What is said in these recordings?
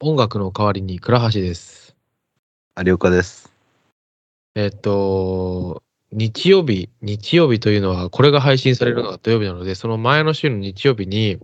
音楽の代わりに倉橋です。 有岡です。 日曜日というのはこれが配信されるのが土曜日なので、その前の週の日曜日に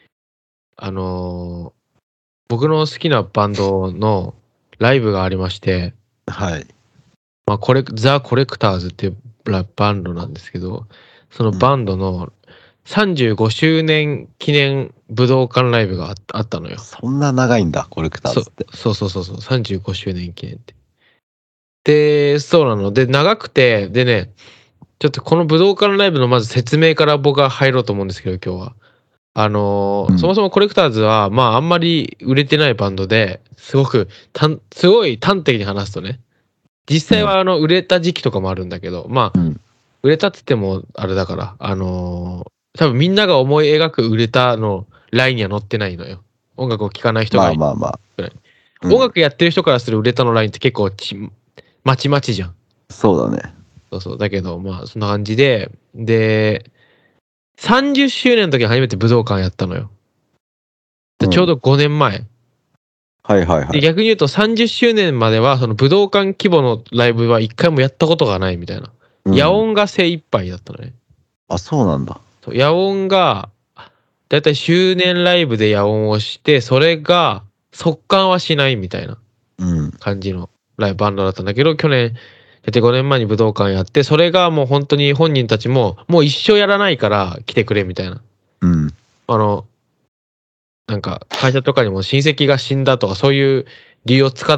僕の好きなバンドのライブがありまして、 はい。 ザ・コレクターズっていうバンドなんですけど、そのバンドの35周年記念武道館ライブがあったのよ。 そんな長いんだ、コレクターズって。 そう35周年記念って。で、そうなので、長くて、でね、ちょっとこの武道館ライブのまず説明から僕は入ろうと思うんですけど、今日は。そもそもコレクターズは、あんまり売れてないバンドで、すごい端的に話すとね、実際は売れた時期とかもあるんだけど、売れたって言ってもあれだから、多分みんなが思い描く売れたのラインには載ってないのよ。音楽を聴かない人がいるくらい。音楽やってる人からする売れたのラインって結構まちまちじゃん。 そうだね。 そう。だけど、そんな感じで、30周年の時に初めて武道館やったのよ。ちょうど5年前。で、逆に言うと30周年までは、その武道館規模のライブは一回もやったことがないみたいな。野音が精一杯だったのね。 あ、そうなんだ。 野音が、だいたい周年ライブで野音をして、それが速乾はしないみたいな感じのバンドだったんだけど、去年、5年前に武道館やって、それがもう本当に本人たちも、もう一生やらないから来てくれみたいな。なんか会社とかにも親戚が死んだとかそういう理由を使って、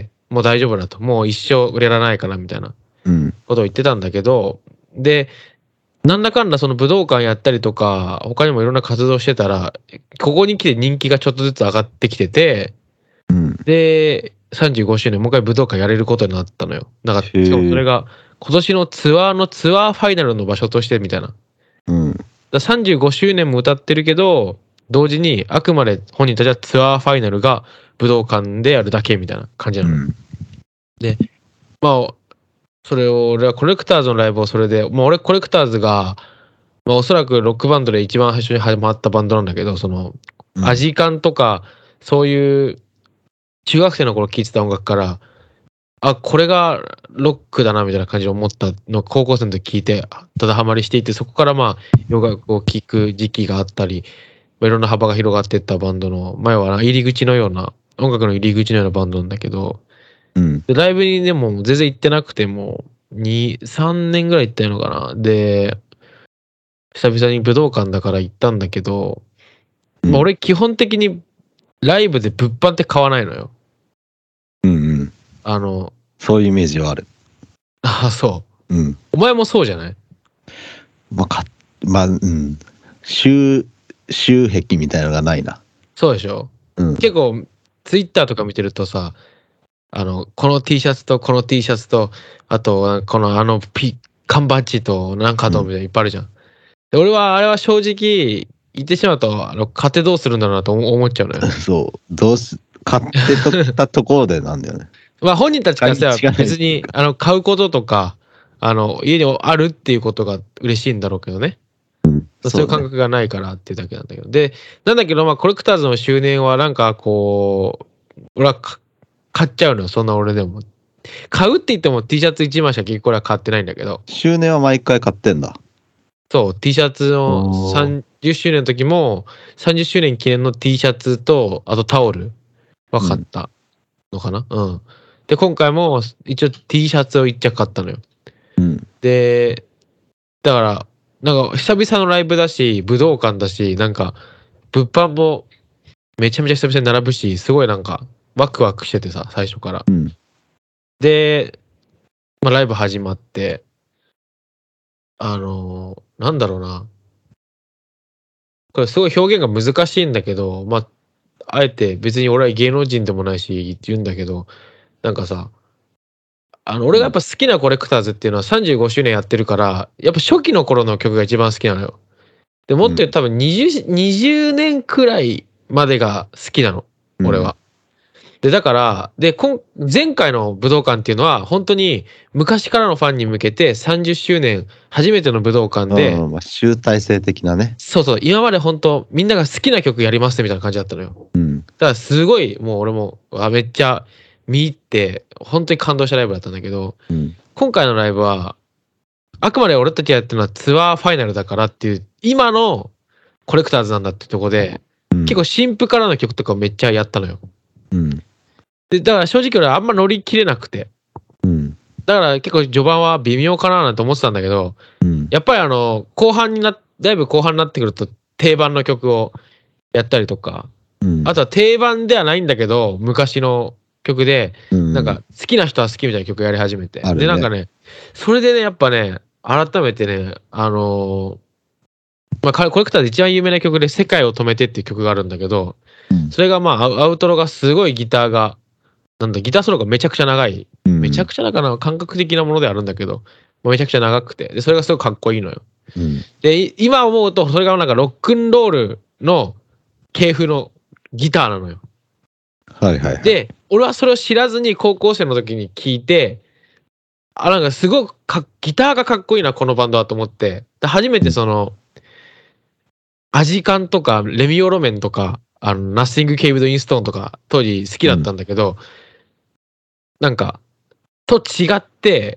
もう大丈夫だと。もう一生売れらないからみたいなことを言ってたんだけど、で、なんだかんだその武道館やったりとか、他にもいろんな活動してたら、ここに来て人気がちょっとずつ上がってきてて、で、35周年もう一回武道館やれることになったのよ。だから、しかもそれが今年のツアーファイナルの場所としてみたいな。だ35周年も歌ってるけど、同時にあくまで本人たちはツアーファイナルが武道館でやるだけみたいな感じなの。で、それを俺はコレクターズのライブをそれで、俺コレクターズが、おそらくロックバンドで一番最初に始まったバンドなんだけど、その、アジカンとか、そういう中学生の頃聴いてた音楽から、これがロックだなみたいな感じで思ったのを高校生の時聞いて、ただハマりしていて、そこから洋楽を聴く時期があったり、いろんな幅が広がっていったバンドの、前は入り口のような、音楽の入り口のようなバンドなんだけど、でライブにでも全然行ってなくても、3年ぐらい行ったのかな。で、久々に武道館だから行ったんだけど、俺基本的にライブで物販って買わないのよ。 そういうイメージはある。 そう。お前もそうじゃない？ 収益みたいなのがないな。 そうでしょ？結構ツイッターとか見てるとさ、この T シャツとこの T シャツと、あとこの缶バッジとなんかみたいないっぱいあるじゃん。で俺はあれは正直言ってしまうと買ってどうするんだろうなと思っちゃうのよ。 そう買ってとったところでなんだよね。本人たちからしたら別に買うこととか家にあるっていうことが嬉しいんだろうけどね。そういう感覚がないからっていうだけなんだけど。で、なんだけどコレクターズの周年はなんかこう、俺は買っちゃうのよ、そんな俺でも。買うって言っても T シャツ1枚しか結構俺は買ってないんだけど。 周年は毎回買ってんだ。 そう、T シャツの30周年の時も、30周年記念の T シャツと、あとタオルは買ったのかな。で、今回も一応 T シャツを1着買ったのよ。で、だから、なんか久々のライブだし、武道館だし、なんか物販もめちゃめちゃ久々に並ぶし、すごいなんかワクワクしててさ、最初から。で、ライブ始まって、なんだろうな。これすごい表現が難しいんだけど、あえて別に俺は芸能人でもないし言うんだけど、なんかさ、俺がやっぱ好きなコレクターズっていうのは35周年やってるから、やっぱ初期の頃の曲が一番好きなのよ。でもっと言うと多分20年くらいまでが好きなの、俺は。 で、だから、で、前回の武道館っていうのは、本当に昔からのファンに向けて30周年初めての武道館で、 まあ、集大成的なね。 そうそう、今まで本当みんなが好きな曲やりますみたいな感じだったのよ。 うん。 だからすごい、もう俺も、めっちゃ見入って、本当に感動したライブだったんだけど、 うん、 今回のライブは、あくまで俺たちがやってるのはツアーファイナルだからっていう、今のコレクターズなんだってとこで、結構新譜からの曲とかめっちゃやったのよ。 うん。 で、だから正直俺あんま乗り切れなくて。 うん。 だから結構序盤は微妙かななんて思ってたんだけど、 うん、 やっぱりだいぶ後半になってくると定番の曲をやったりとか、 うん、 あとは定番ではないんだけど、昔の曲で、なんか好きな人は好きみたいな曲やり始めて。で、なんかね、それでね、やっぱね、改めてね、まあ、コレクターで一番有名な曲で世界を止めてっていう曲があるんだけど、それがまあアウトロがすごいギターソロがめちゃくちゃ長い。めちゃくちゃ感覚的なものであるんだけど、めちゃくちゃ長くて。で、それがすごいかっこいいのよ。で、今思うと、それがなんかロックンロールの系譜のギターなのよ。 はいはいはい。 で、俺はそれを知らずに高校生の時に聞いて、なんかすごくギターがかっこいいな、このバンドはと思って。で初めてアジカンとか、レミオロメンとか、Nothing Caved in Stone とか、当時好きだったんだけど、なんか、と違って、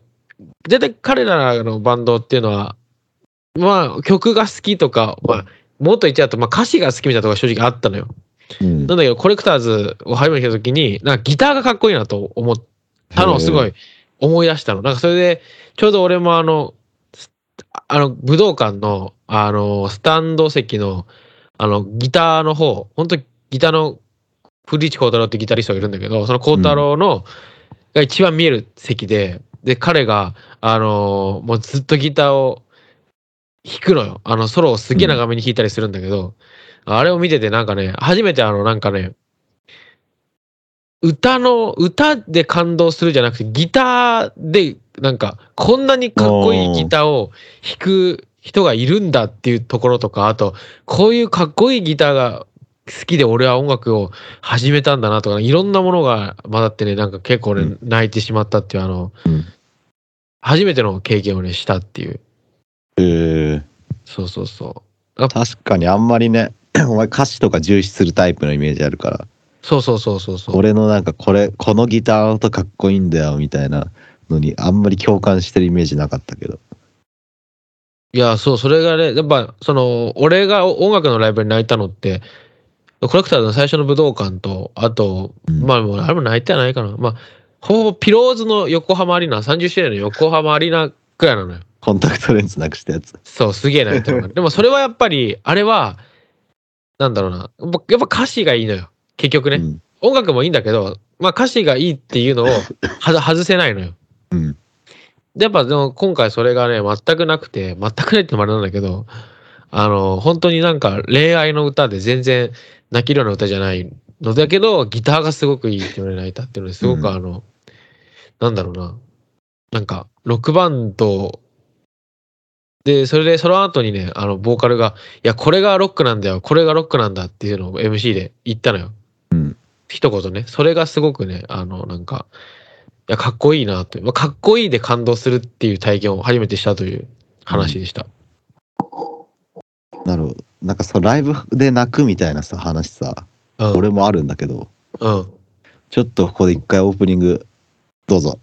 絶対彼らのバンドっていうのは、まあ、曲が好きとか、まあ、もっと言っちゃうと、まあ、歌詞が好きみたいなところが正直あったのよ。なんだけど、コレクターズを初めて聞いた時に、なんかギターがかっこいいなと思ったのをすごい思い出したの。なんかそれで、ちょうど俺も武道館の、スタンド席の、ギターの方、本当にギターの古市幸太郎ってギタリストがいるんだけど、その幸太郎の、が一番見える席で、で、彼が、もうずっとギターを弾くのよ。ソロをすげえ長めに弾いたりするんだけど、あれを見ててなんかね、初めてなんかね、歌で感動するじゃなくて、ギターで、なんか、こんなにかっこいいギターを弾く人がいるんだっていうところとか、あと、こういうかっこいいギターが好きで俺は音楽を始めたんだなとか、いろんなものが混ざってね、なんか結構ね、泣いてしまったっていう初めての経験をね、したっていう。そうそうそう。 確かにあんまりね、お前歌詞とか重視するタイプのイメージあるから。 そうそう。 俺のなんかこのギター音かっこいいんだよみたいなのにあんまり共感してるイメージなかったけど。 いや、そう、それがね、やっぱ俺が音楽のライブに泣いたのって、コレクターズの最初の武道館と、あと、まあ、あれも泣いてはないかな。まあ、ほぼピローズの横浜アリーナ、30周年の横浜アリーナくらいなのよ。 コンタクトレンズなくしたやつ。 そう、すげえ泣いたのが。でもそれはやっぱり、あれは、なんだろうな。やっぱ歌詞がいいのよ。結局ね。音楽もいいんだけど、まあ歌詞がいいっていうのを外せないのよ。で、やっぱでも今回それがね、全くなくて、全くないってのもあれなんだけど、本当になんか恋愛の歌で全然泣けるような歌じゃないのだけど、ギターがすごくいいっていうので泣いたっていうのですごくなんだろうな。なんか、ロックバンドで、それでその後にね、ボーカルが、いや、これがロックなんだよ、これがロックなんだっていうのを MC で言ったのよ。一言ね。それがすごくね、なんか、いや、かっこいいなと。かっこいいで感動するっていう体験を初めてしたという話でした。 なるほど。なんかライブで泣くみたいなさ、話さ、俺もあるんだけど、ちょっとここで一回オープニング、どうぞ。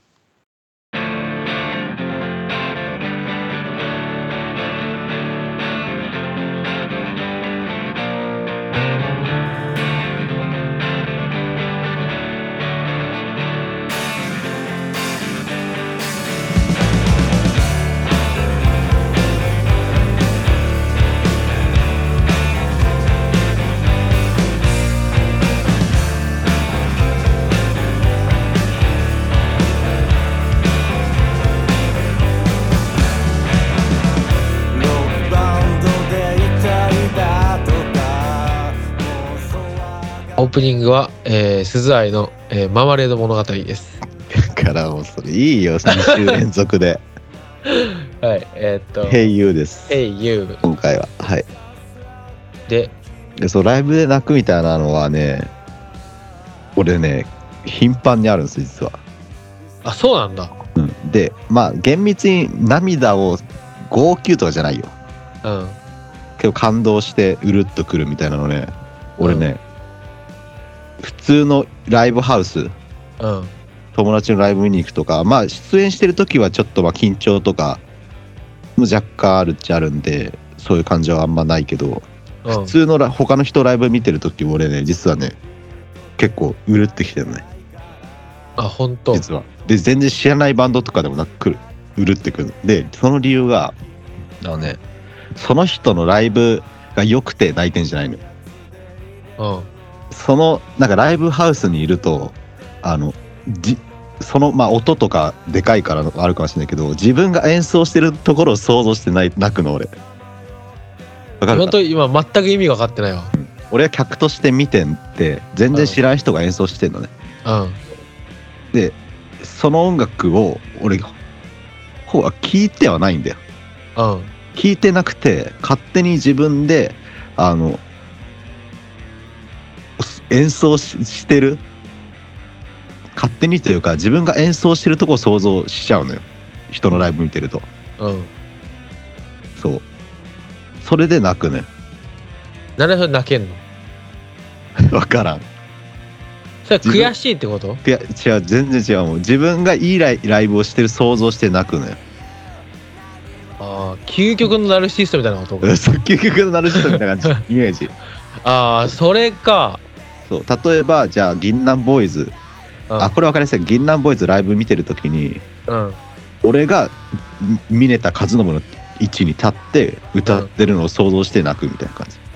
オープニングは、鈴愛の、マーマレード物語です。 だからもうそれいいよ、3週連続で。 はい、 Hey You です。 Hey You。 今回は。はい。 で、 そう、ライブで泣くみたいなのはね、俺ね、 頻繁にあるんです実は。 あ、そうなんだ。 うん、でまあ厳密に涙を号泣とかじゃないよ。 うん。 けど感動してうるっとくるみたいなのね、俺ね、普通のライブハウス、友達のライブ見に行くとか、まあ出演してる時はちょっとまあ緊張とかも若干あるっちゃあるんで、そういう感情はあんまないけど、普通の他の人ライブ見てる時俺ね実はね結構うるってきてるね。 あ、本当。 実はで全然知らないバンドとかでもなくうるってくる。でその理由がね、その人のライブが良くて泣いてんじゃないのよ。そのなんかライブハウスにいるとそのまあ音とかでかいからあるかもしれないけど、自分が演奏してるところを想像して泣くの俺。わかるか？本当今全く意味分かってないわ。 俺は客として見てんって全然知らない人が演奏してんのね。でその音楽を俺方は聞いてはないんだよ。聞いてなくて勝手に自分で演奏してる、勝手にというか自分が演奏してるとこを想像しちゃうのよ、人のライブ見てると。そうそれで泣くね。 なんでそれ泣けんの？ 分からん。 それ悔しいってこと？ いや違う、全然違う。もう自分がいいライブをしてる想像して泣くのよ。 ああ、究極のナルシストみたいなこと？ 究極のナルシストみたいな感じイメージ。 ああ、それか。 そう例えばじゃあ銀杏ボーイズ、これ分かりやすい。銀杏ボーイズライブ見てる時に、俺が峰田和伸の位置に立って歌ってるのを想像して泣くみたいな感じ。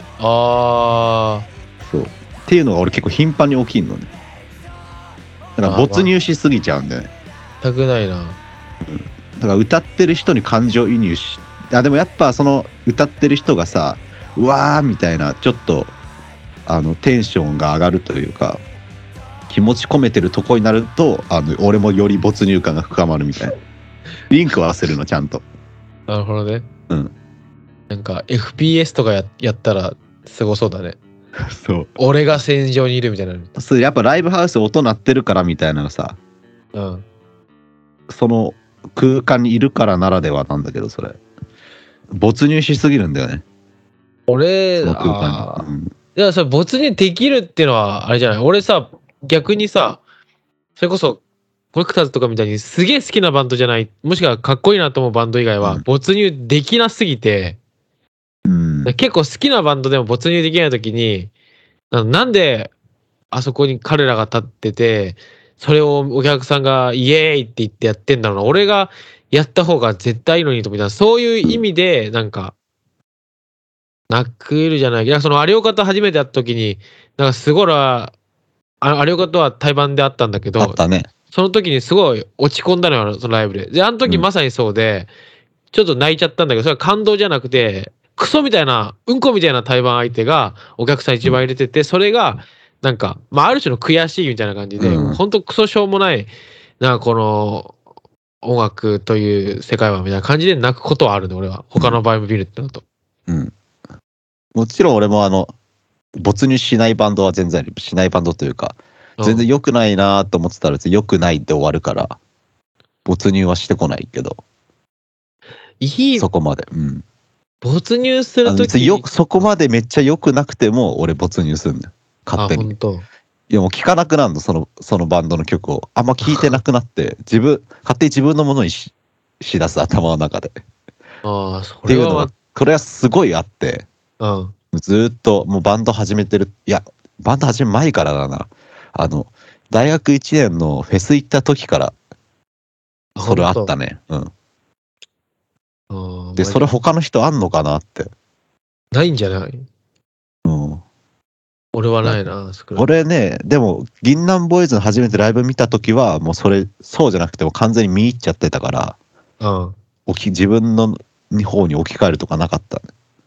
そうっていうのが俺結構頻繁に起きんのね。だから没入しすぎちゃうんだよね。 全くないな。 だから歌ってる人に感情移入し、でもやっぱその歌ってる人がさ、うわーみたいなちょっとテンションが上がるというか気持ち込めてるとこになると俺もより没入感が深まるみたいな。リンクを合わせるのちゃんと。 なるほどね。なんか FPS とか やったらすごそうだね。 そう俺が戦場にいるみたいな。 そうやっぱライブハウス音鳴ってるからみたいなのさ、その空間にいるからならではなんだけど、それ没入しすぎるんだよね。 俺それ没入できるっていうのはあれじゃない。俺さ逆にさ、それこそコレクターズとかみたいにすげえ好きなバンドじゃない、もしくはかっこいいなと思うバンド以外は没入できなすぎて、結構好きなバンドでも没入できない時に、なんであそこに彼らが立っててそれをお客さんがイエーイって言ってやってんだろうな、俺がやった方が絶対いいのにと思った。そういう意味でなんか泣けるじゃない。いや、その有岡と初めて会った時になんかすごい有岡とは対バンであったんだけど、 あったね。 その時にすごい落ち込んだのよ、そのライブで。であの時まさにそうで、ちょっと泣いちゃったんだけど、それは感動じゃなくてクソみたいなうんこみたいな対バン相手がお客さん一番入れてて、それがなんかまあある種の悔しいみたいな感じで、ほんとクソしょうもないなんかこの音楽という世界はみたいな感じで泣くことはあるね、俺は。他の場合も見るってのと。 もちろん俺も没入しないバンドは全然しないバンドというか、全然良くないなと思ってたら良くないで終わるから没入はしてこないけど、そこまで没入するときそこまでめっちゃ良くなくても俺没入するんだよ勝手に。いやもう聴かなくなるの、そのバンドの曲をあんま聴いてなくなって勝手に自分のものにしだす、頭の中で。っていうのはこれはすごいあって、ずっともうバンド始めてる、いやバンド始め前からだな、大学1年のフェス行った時からそれあったね。でそれ他の人あんのかなって。 ないんじゃない？俺はないな。 俺ね、でも銀杏ボーイズの初めてライブ見た時はもうそうじゃなくても完全に見入っちゃってたから、自分の方に置き換えるとかなかった。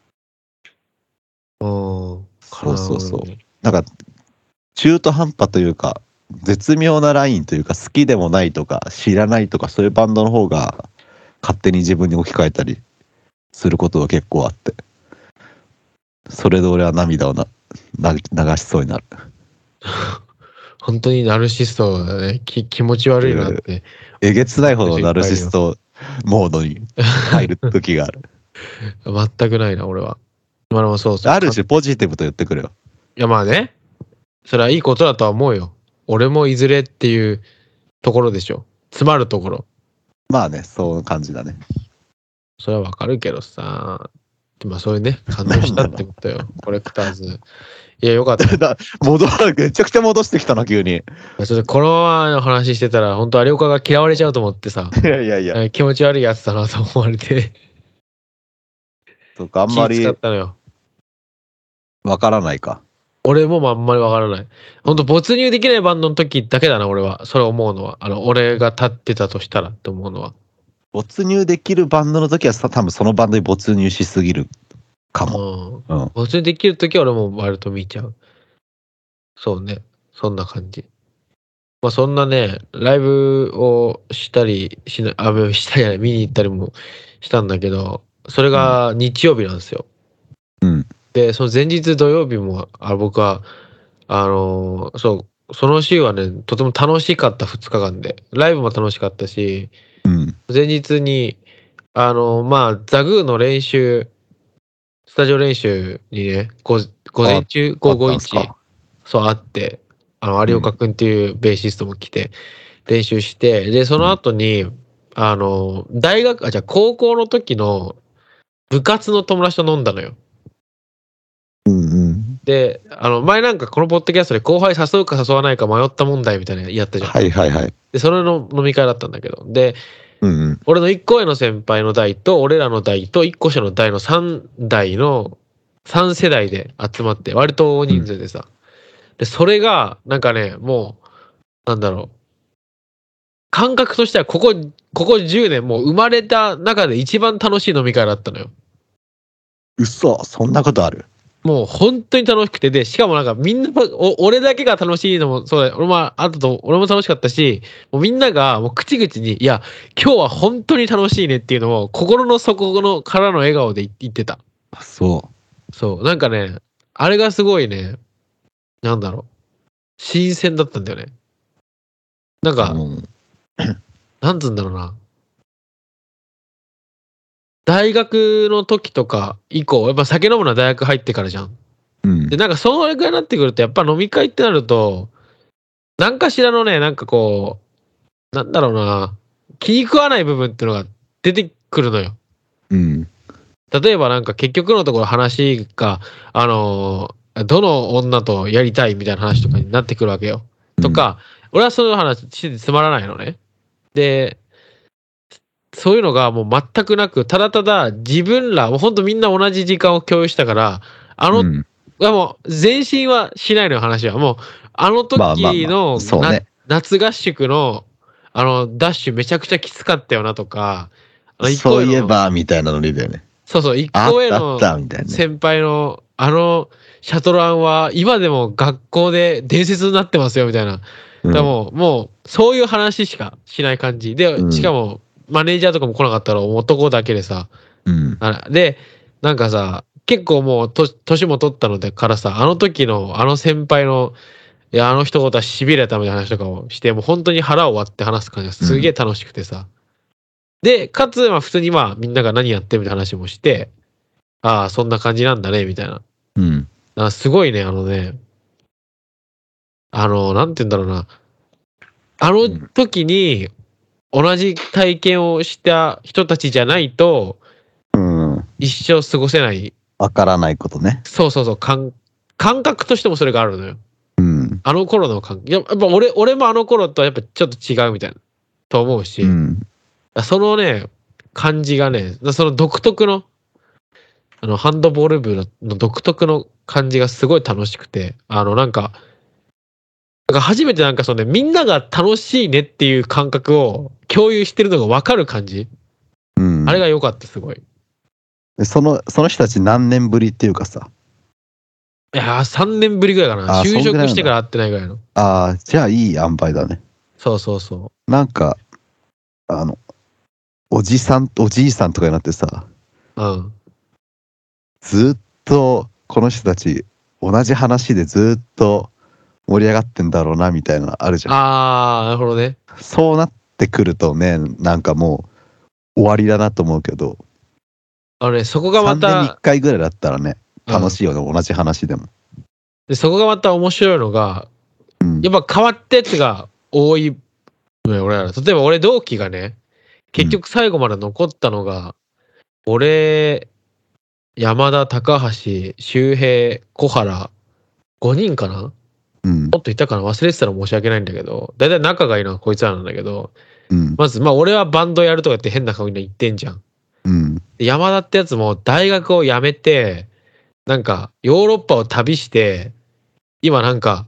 そうなんか中途半端というか絶妙なラインというか、好きでもないとか知らないとかそういうバンドの方が勝手に自分に置き換えたりすることが結構あって、それで俺は涙を流しそうになる。 本当にナルシストだね。気持ち悪いなって。 えげつないほどナルシストモードに入る時がある。 全くないな、俺は。まあでもそうそう。 ある種ポジティブと言ってくるよ。 いやまあね。それはいいことだとは思うよ。俺もいずれっていうところでしょ。詰まるところ。 まあね、そういう感じだね。 それはわかるけどさ。まあそういうね、感動したってことよ。コレクターズ。いや、よかった。 めちゃくちゃ戻してきたな、急に。 ちょっとこのままの話してたら、本当有岡が嫌われちゃうと思ってさ。 いやいやいや。 気持ち悪いやつだなと思われて。 そうか、あんまり。 気使ったのよ。 わからないか。 俺もあんまりわからない。本当没入できないバンドの時だけだな、俺は。それ思うのは。俺が立ってたとしたらって思うのは。 没入できるバンドの時は多分そのバンドに没入しすぎるかも。 うん。没入できる時は俺も割と見ちゃう。そうね。そんな感じ。まあそんなね、ライブをしたりしない、したり見に行ったりもしたんだけど、それが日曜日なんですよ。 うん。 で、その前日土曜日も、僕は、その週はね、とても楽しかった2日間で、ライブも楽しかったし、 うん、 前日に、ザグーの練習、スタジオ練習にね、午前中、午後1、そうあって、有岡くんっていうベーシストも来て、練習して、で、その後に、高校の時の部活の友達と飲んだのよ。で、前なんかこのポッドキャストで後輩誘うか誘わないか迷った問題みたいなのやったじゃん。 はいはいはい。 で、それの飲み会だったんだけど。で、俺の1個上の先輩の代と、俺らの代と1個下の代の3代の3世代で集まって、割と大人数でさ。で、それが、なんかね、もう、なんだろう。感覚としてはここ10年もう生まれた中で一番楽しい飲み会だったのよ。 嘘、そんなことある？ もう本当に楽しくて、で、しかもなんかみんな、俺だけが楽しいのもそうだよ。俺も楽しかったし、もうみんながもう口々に、いや、今日は本当に楽しいねっていうのを心の底のからの笑顔で言ってた。 そう。 なんかね、あれがすごいね、なんだろう。新鮮だったんだよね。なんか、なんつうんだろうな。大学の時とか以降、やっぱ酒飲むのは大学入ってからじゃん。で、なんかそれぐらいになってくると、やっぱ飲み会ってなると、何かしらのね、なんかこう、なんだろうな、気に食わない部分っていうのが出てくるのよ。例えばなんか結局のところ話が、どの女とやりたいみたいな話とかになってくるわけよ。とか、俺はそういう話してつまらないのね。で、そういうのがもう全くなく、ただただ自分ら、もうほんとみんな同じ時間を共有したから、もう前進はしないのよ、話は。もう、あの時の夏合宿の、ダッシュめちゃくちゃきつかったよなとか、 そういえば、みたいなノリだよね。 そうそう、一個上の先輩の、シャトランは今でも学校で伝説になってますよ、みたいな。もう、そういう話しかしない感じ。で、しかも、マネージャーとかも来なかったら男だけでさ。で、なんかさ、結構もう年も取ったのでからさ、あの時の先輩の、いや、一言は痺れたみたいな話とかをして、もう本当に腹を割って話す感じがすげえ楽しくてさ。で、かつ、普通にみんなが何やってるみたいな話もして、ああ、そんな感じなんだね、みたいな。すごいね、なんて言うんだろうな。あの時に、同じ体験をした人たちじゃないと、一生過ごせない。 わからないことね。 そう。感覚としてもそれがあるのよ。あの頃の感覚。やっぱ俺もあの頃とはやっぱちょっと違うみたいな。と思うし。そのね、感じがね、その独特の、ハンドボール部の独特の感じがすごい楽しくて、なんか初めてなんかみんなが楽しいねっていう感覚を共有してるのが分かる感じ。あれが良かった、すごい。 その人たち何年ぶりっていうかさ。 いやー、3年ぶりぐらいかな。就職してから会ってないぐらいの。 ああ、じゃあいい塩梅だね。 そう。 なんか、おじいさんとかになってさ、ずっとこの人たち同じ話でずっと盛り上がってんだろうなみたいなあるじゃん。 なるほどね。 そうなってくるとね、なんかもう終わりだなと思うけど、 そこがまた 3年に1回ぐらいだったらね、楽しいよね、同じ話でも。 でそこがまた面白いのが、やっぱ変わったやつが多いのよ、俺ら。例えば俺同期がね、結局最後まで残ったのが、俺、山田、高橋、周平、小原、5人かな、もっといたかな、忘れてたら申し訳ないんだけど、だいたい仲がいいのはこいつらなんだけど、まず、俺はバンドやるとかって変な顔に言ってんじゃん。山田ってやつも大学を辞めて、なんかヨーロッパを旅して、今なんか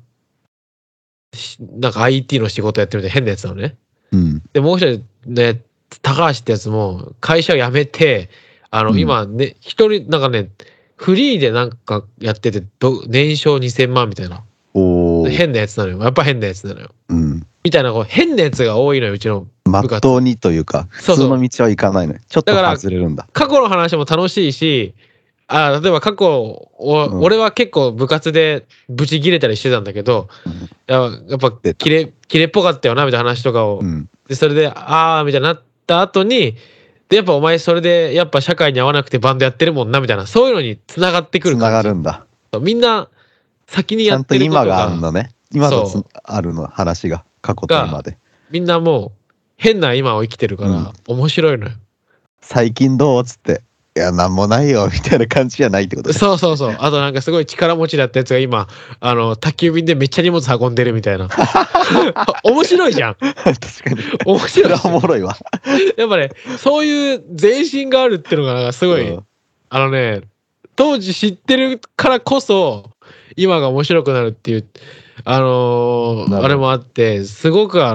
IT の仕事やってるみたいな変なやつなのね。で、もう一人ね、高橋ってやつも会社を辞めて、今ね、一人なんかね、フリーでなんかやってて、年商2000万みたいな。変なやつなのよ。やっぱ変なやつなのよ。みたいな、変なやつが多いのよ、うちの部活。まっとうにというか、普通の道は行かないのよ。ちょっと外れるんだ。 過去の話も楽しいし、例えば過去、俺は結構部活でブチギレたりしてたんだけど、やっぱキレっぽかったよなみたいな話とかを、でそれでみたいになった後に、でやっぱお前それでやっぱ社会に合わなくてバンドやってるもんなみたいな、そういうのにつながってくる感じ。 つながるんだ。 みんな先にやってることがちゃんと今があるのね。今のあるの話が過去と今で。 みんなもう変な今を生きてるから面白いのよ。 最近どうっつって。いや、なんもないよみたいな感じじゃないってことね。 そう。あとなんかすごい力持ちだったやつが今宅急便でめっちゃ荷物運んでるみたいな。面白いじゃん。 確かに。 面白い。 おもろいわ。 やっぱね、そういう前進があるっていうのがすごい、当時知ってるからこそ今が面白くなるっていうあれもあって、すごく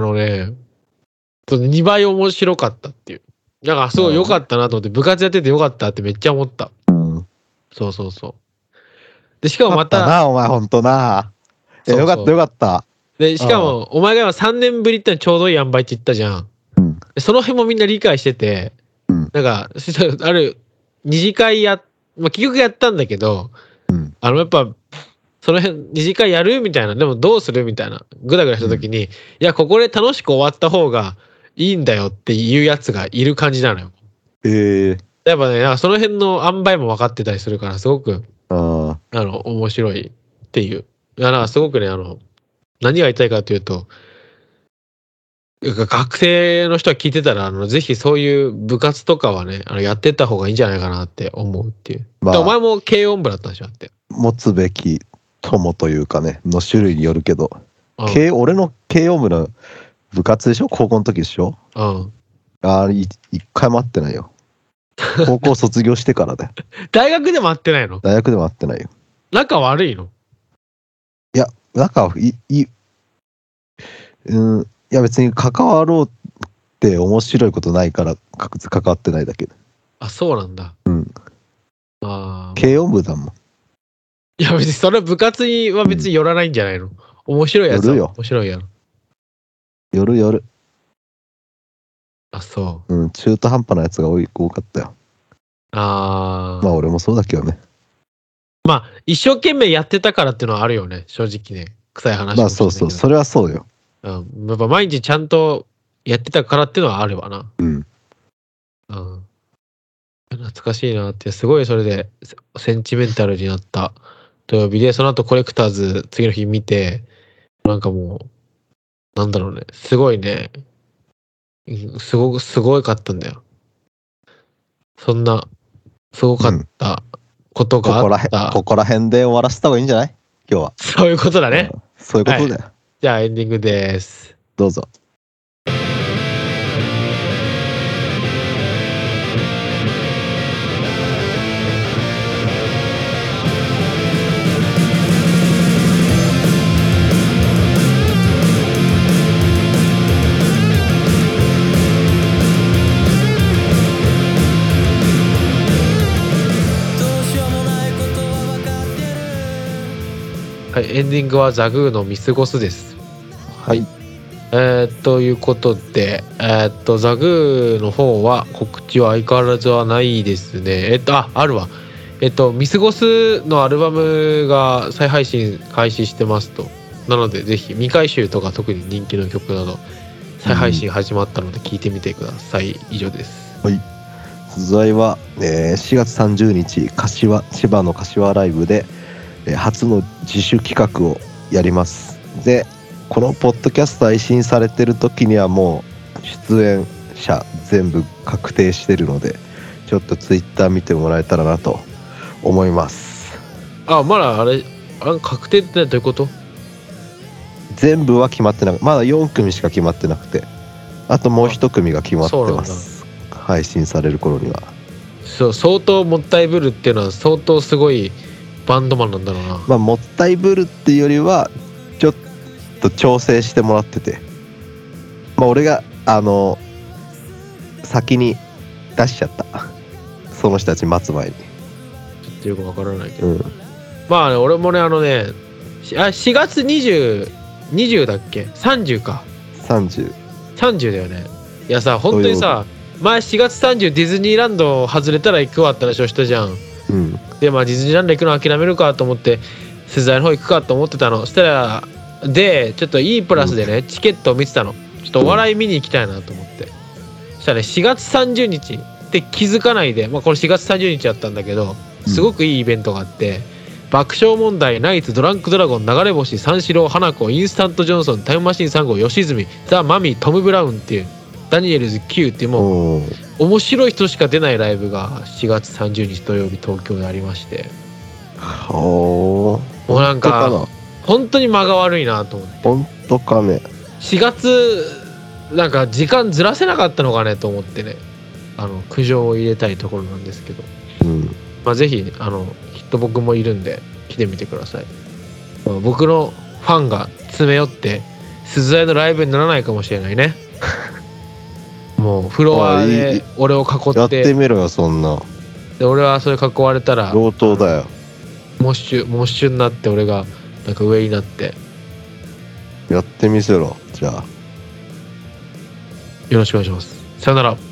2倍面白かったっていう。だからすごい良かったなと思って、部活やってて良かったってめっちゃ思った。そう。でしかもまたな、お前ほんとな。よかった。 でしかもお前が今3年ぶりってのはちょうどいい塩梅って言ったじゃん。その辺もみんな理解してて、なんかある二次会結局やったんだけど、やっぱその辺二次会やるみたいな、でもどうするみたいなグダグダした時に、いやここで楽しく終わった方がいいんだよっていうやつがいる感じなのよ。やっぱね、その辺の塩梅も分かってたりするからすごく面白いっていう。なんかすごくね、何が言いたいかというと、学生の人は聞いてたらぜひそういう部活とかはねやってった方がいいんじゃないかなって思うっていう。お前も軽音部だったんでしょって。持つべき友というかねの種類によるけど、俺の軽音部の部活でしょ、高校の時でしょ。一回も会ってないよ。高校卒業してからだよ。 大学でも会ってないの？ 大学でも会ってないよ。 仲悪いの？ いや、仲いや別に関わろうって面白いことないから関わってないだけで。 そうなんだ。 軽音部だもん。 いや別にそれ部活には別に寄らないんじゃないの？面白いやつは面白いやろ。寄る。 そう。 中途半端なやつが多かったよ。まあ俺もそうだけどね。 まあ一生懸命やってたからっていうのはあるよね、正直ね。臭い話。 まあそう、それはそうよ。 やっぱ毎日ちゃんとやってたからっていうのはあるわな。懐かしいなって、すごいそれでセンチメンタルになった土曜日で、その後コレクターズ次の日見て、なんかもうなんだろうね、すごいね、すごかったんだよ。そんなすごかったことがあった。 ここら辺で終わらせた方がいいんじゃない？今日は。 そういうことだね。 そういうことだよ。 じゃあエンディングです。 どうぞ。 はい、エンディングはザグーの見過ごすです。 はい。 ということで、ザグーの方は告知は相変わらずはないですね。あるわ。見過ごすのアルバムが再配信開始してますと。 なのでぜひ未回収とか特に人気の曲など再配信始まったので聞いてみてください。以上です。 はい。鈴愛は、4月30日千葉の柏ライブで、初の自主企画をやります。でこのポッドキャスト配信されてる時にはもう出演者全部確定してるので、ちょっとツイッター見てもらえたらなと思います。 あ、まだあれ確定ってどういうこと？ 全部は決まってなく、まだ4組しか決まってなくて、あともう1組が決まってます。配信される頃には。 そう、相当もったいぶるっていうのは相当すごいバンドマンなんだろうな。 まあもったいぶるっていうよりはちょっと調整してもらってて、まあ俺が先に出しちゃった、その人たち待つ前に。ちょっとよくわからないけど、まあね、俺もね4月20だっけ30か30だよね。いやさ本当にさ、前4月30ディズニーランド外れたら行くわって話をしたじゃん。でまあディズニーランド行くの諦めるかと思って鈴愛の方行くかと思ってたの。そしたらでちょっといいプラスでね、チケットを見てたの。ちょっとお笑い見に行きたいなと思って、そしたらね4月30日って気づかないで、まあこれ4月30日やったんだけど、すごくいいイベントがあって、爆笑問題、ナイツ、ドランクドラゴン、流れ星、三四郎、花子、インスタントジョンソン、タイムマシーン3号、吉住、ザ・マミー、トム・ブラウンっていう、ダニエルズ Q っていうもう面白い人しか出ないライブが4月30日土曜日東京でありまして、もうなんか本当に間が悪いなと思って。 本当かね。 4月なんか時間ずらせなかったのかねと思ってね、苦情を入れたいところなんですけど、まあぜひきっと僕もいるんで来てみてください。僕のファンが詰め寄って鈴愛のライブにならないかもしれないね。もうフロアで俺を囲ってやってみろよそんな。 で俺はそれ囲われたら上等だよ。 モッシュになって俺がなんか上になってやってみせろ。じゃあよろしくお願いします。さよなら。